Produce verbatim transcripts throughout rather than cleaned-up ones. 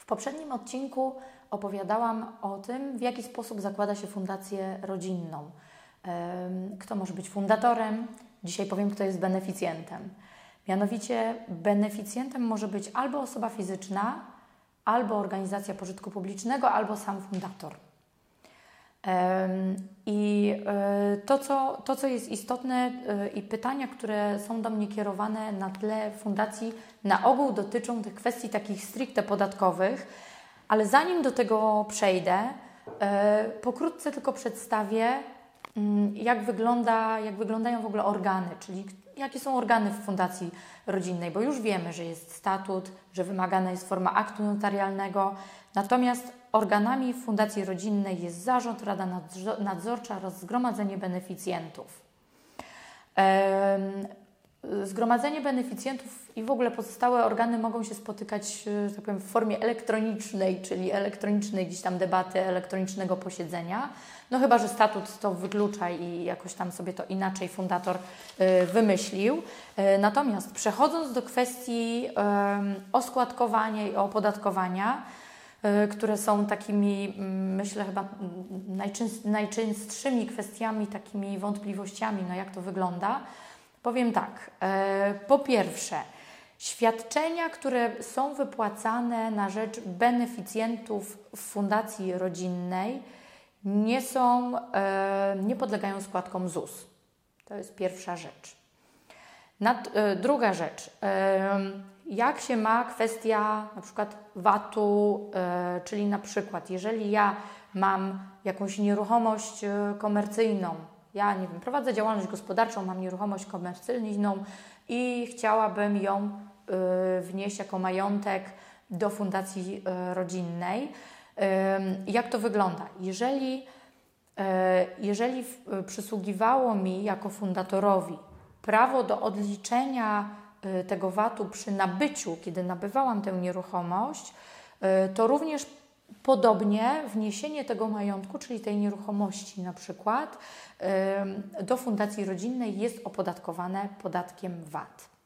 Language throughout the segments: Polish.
W poprzednim odcinku opowiadałam o tym, w jaki sposób zakłada się fundację rodzinną. Kto może być fundatorem? Dzisiaj powiem, kto jest beneficjentem. Mianowicie beneficjentem może być albo osoba fizyczna, albo organizacja pożytku publicznego, albo sam fundator. I to co, to, co jest istotne i pytania, które są do mnie kierowane na tle fundacji, na ogół dotyczą tych kwestii takich stricte podatkowych, ale zanim do tego przejdę, pokrótce tylko przedstawię, jak, wygląda, jak wyglądają w ogóle organy, czyli jakie są organy w fundacji rodzinnej, bo już wiemy, że jest statut, że wymagana jest forma aktu notarialnego, natomiast organami fundacji rodzinnej jest zarząd, rada nadzorcza oraz zgromadzenie beneficjentów. Zgromadzenie beneficjentów i w ogóle pozostałe organy mogą się spotykać, że tak powiem, w formie elektronicznej, czyli elektronicznej gdzieś tam debaty, elektronicznego posiedzenia. No chyba że statut to wyklucza i jakoś tam sobie to inaczej fundator wymyślił. Natomiast przechodząc do kwestii oskładkowania i opodatkowania, które są takimi, myślę, chyba najczęstszymi kwestiami, takimi wątpliwościami, no jak to wygląda, powiem tak. Po pierwsze, świadczenia, które są wypłacane na rzecz beneficjentów w fundacji rodzinnej, nie są, nie podlegają składkom ZUS. To jest pierwsza rzecz. Nad, druga rzecz. Jak się ma kwestia na przykład vatu, czyli na przykład jeżeli ja mam jakąś nieruchomość komercyjną, ja nie wiem, prowadzę działalność gospodarczą, mam nieruchomość komercyjną i chciałabym ją wnieść jako majątek do fundacji rodzinnej. Jak to wygląda? Jeżeli, jeżeli przysługiwało mi jako fundatorowi prawo do odliczenia tego vatu przy nabyciu, kiedy nabywałam tę nieruchomość, to również podobnie wniesienie tego majątku, czyli tej nieruchomości na przykład, do fundacji rodzinnej jest opodatkowane podatkiem V A T.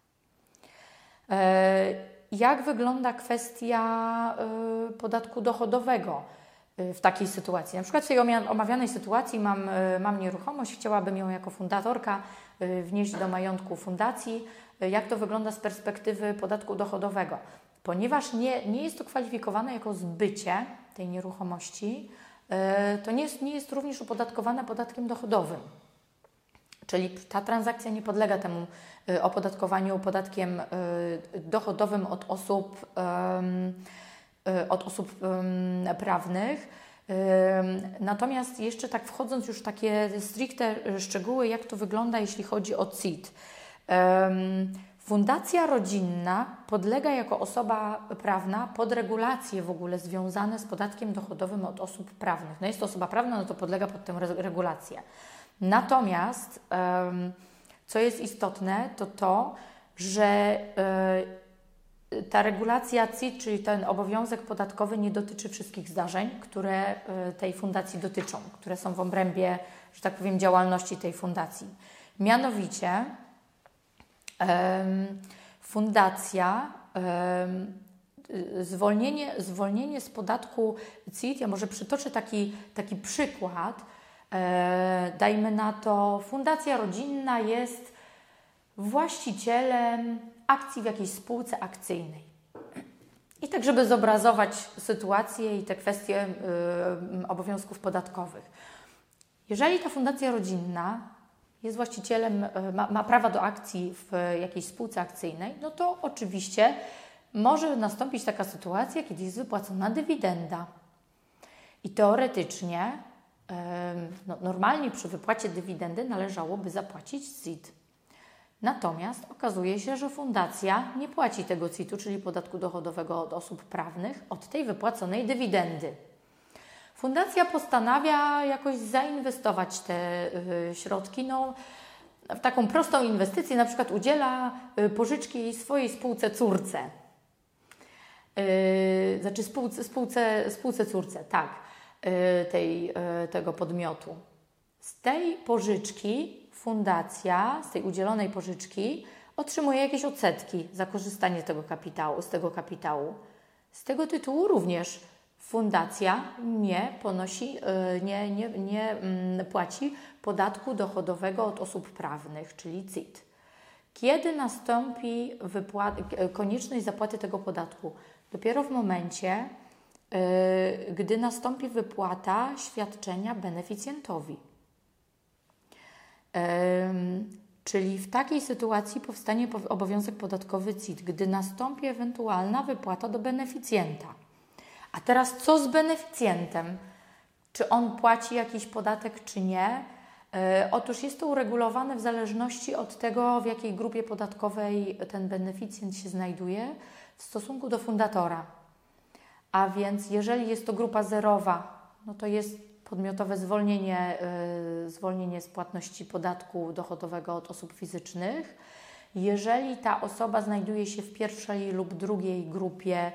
Jak wygląda kwestia podatku dochodowego w takiej sytuacji? Na przykład w tej omawianej sytuacji mam, mam nieruchomość, chciałabym ją jako fundatorka wnieść do majątku fundacji. Jak to wygląda z perspektywy podatku dochodowego? Ponieważ nie, nie jest to kwalifikowane jako zbycie tej nieruchomości, to nie jest, nie jest również opodatkowane podatkiem dochodowym. Czyli ta transakcja nie podlega temu opodatkowaniu podatkiem dochodowym od osób, od osób prawnych. Natomiast jeszcze tak wchodząc już w takie stricte szczegóły, jak to wygląda, jeśli chodzi o C I T. Fundacja rodzinna podlega jako osoba prawna pod regulacje w ogóle związane z podatkiem dochodowym od osób prawnych. No jest to osoba prawna, no to podlega pod tę regulację. Natomiast co jest istotne, to to, że ta regulacja C I T, czyli ten obowiązek podatkowy, nie dotyczy wszystkich zdarzeń, które tej fundacji dotyczą, które są w obrębie, że tak powiem, działalności tej fundacji. Mianowicie fundacja, zwolnienie, zwolnienie z podatku C I T, ja może przytoczę taki, taki przykład, dajmy na to, fundacja rodzinna jest właścicielem akcji w jakiejś spółce akcyjnej. I tak, żeby zobrazować sytuację i te kwestie obowiązków podatkowych. Jeżeli ta fundacja rodzinna jest właścicielem, ma, ma prawa do akcji w jakiejś spółce akcyjnej, no to oczywiście może nastąpić taka sytuacja, kiedy jest wypłacona dywidenda. I teoretycznie, no, normalnie przy wypłacie dywidendy należałoby zapłacić C I T. Natomiast okazuje się, że fundacja nie płaci tego C I T-u, czyli podatku dochodowego od osób prawnych, od tej wypłaconej dywidendy. Fundacja postanawia jakoś zainwestować te y, środki, no, w taką prostą inwestycję, na przykład udziela y, pożyczki swojej spółce córce. Yy, znaczy spółce, spółce, spółce córce, tak, yy, tej, yy, tego podmiotu. Z tej pożyczki fundacja, z tej udzielonej pożyczki otrzymuje jakieś odsetki za korzystanie z tego kapitału, z tego kapitału. Z tego tytułu również fundacja nie ponosi, nie, nie, nie płaci podatku dochodowego od osób prawnych, czyli C I T. Kiedy nastąpi wypłat- konieczność zapłaty tego podatku? Dopiero w momencie, yy, gdy nastąpi wypłata świadczenia beneficjentowi. Yy, czyli w takiej sytuacji powstanie obowiązek podatkowy C I T, gdy nastąpi ewentualna wypłata do beneficjenta. A teraz co z beneficjentem? Czy on płaci jakiś podatek, czy nie? Otóż jest to uregulowane w zależności od tego, w jakiej grupie podatkowej ten beneficjent się znajduje w stosunku do fundatora. A więc jeżeli jest to grupa zerowa, no to jest podmiotowe zwolnienie, yy, zwolnienie z płatności podatku dochodowego od osób fizycznych. Jeżeli ta osoba znajduje się w pierwszej lub drugiej grupie,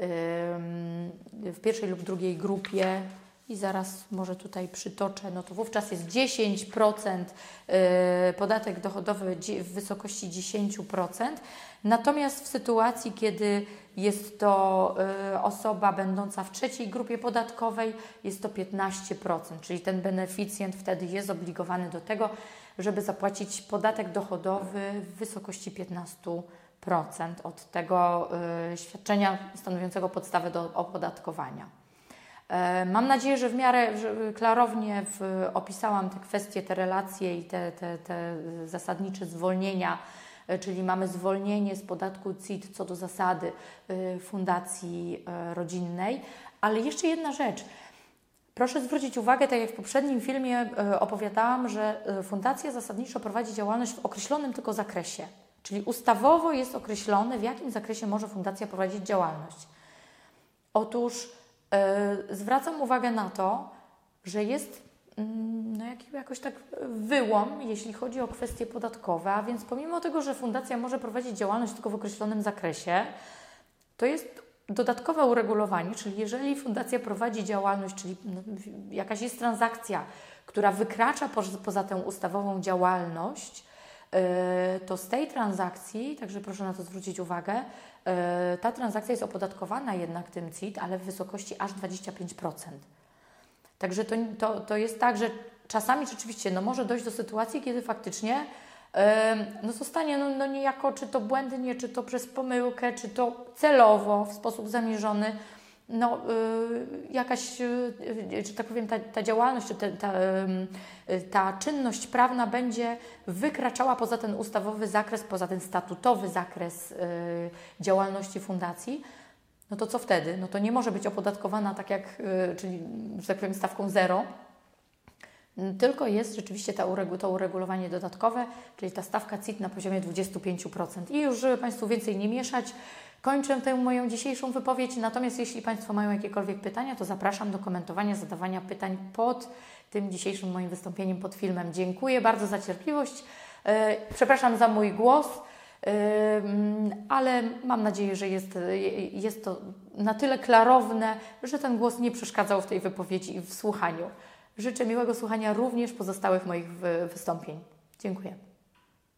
yy, w pierwszej lub drugiej grupie, i zaraz może tutaj przytoczę, no to wówczas jest dziesięć procent podatek dochodowy w wysokości dziesięć procent. Natomiast w sytuacji, kiedy jest to osoba będąca w trzeciej grupie podatkowej, jest to piętnaście procent, czyli ten beneficjent wtedy jest zobligowany do tego, żeby zapłacić podatek dochodowy w wysokości piętnaście procent od tego świadczenia stanowiącego podstawę do opodatkowania. Mam nadzieję, że w miarę klarownie opisałam te kwestie, te relacje i te, te, te zasadnicze zwolnienia, czyli mamy zwolnienie z podatku C I T co do zasady fundacji rodzinnej. Ale jeszcze jedna rzecz. Proszę zwrócić uwagę, tak jak w poprzednim filmie opowiadałam, że fundacja zasadniczo prowadzi działalność w określonym tylko zakresie. Czyli ustawowo jest określone, w jakim zakresie może fundacja prowadzić działalność. Otóż zwracam uwagę na to, że jest no, jakoś tak wyłom, jeśli chodzi o kwestie podatkowe, a więc pomimo tego, że fundacja może prowadzić działalność tylko w określonym zakresie, to jest dodatkowe uregulowanie, czyli jeżeli fundacja prowadzi działalność, czyli no, jakaś jest transakcja, która wykracza po, poza tę ustawową działalność, to z tej transakcji, także proszę na to zwrócić uwagę, ta transakcja jest opodatkowana jednak tym C I T, ale w wysokości aż dwadzieścia pięć procent. Także to, to, to jest tak, że czasami rzeczywiście no, może dojść do sytuacji, kiedy faktycznie no, zostanie no, no niejako, czy to błędnie, czy to przez pomyłkę, czy to celowo, w sposób zamierzony, no, y, jakaś, y, że tak powiem, ta, ta działalność, czy te, ta, y, ta czynność prawna będzie wykraczała poza ten ustawowy zakres, poza ten statutowy zakres y, działalności fundacji, no to co wtedy? No to nie może być opodatkowana tak jak, y, czyli, że tak powiem, stawką zero, tylko jest rzeczywiście ta uregu, to uregulowanie dodatkowe, czyli ta stawka C I T na poziomie dwadzieścia pięć procent. I już, żeby Państwu więcej nie mieszać, kończę tę moją dzisiejszą wypowiedź, natomiast jeśli Państwo mają jakiekolwiek pytania, to zapraszam do komentowania, zadawania pytań pod tym dzisiejszym moim wystąpieniem, pod filmem. Dziękuję bardzo za cierpliwość, przepraszam za mój głos, ale mam nadzieję, że jest, jest to na tyle klarowne, że ten głos nie przeszkadzał w tej wypowiedzi i w słuchaniu. Życzę miłego słuchania również pozostałych moich wystąpień. Dziękuję.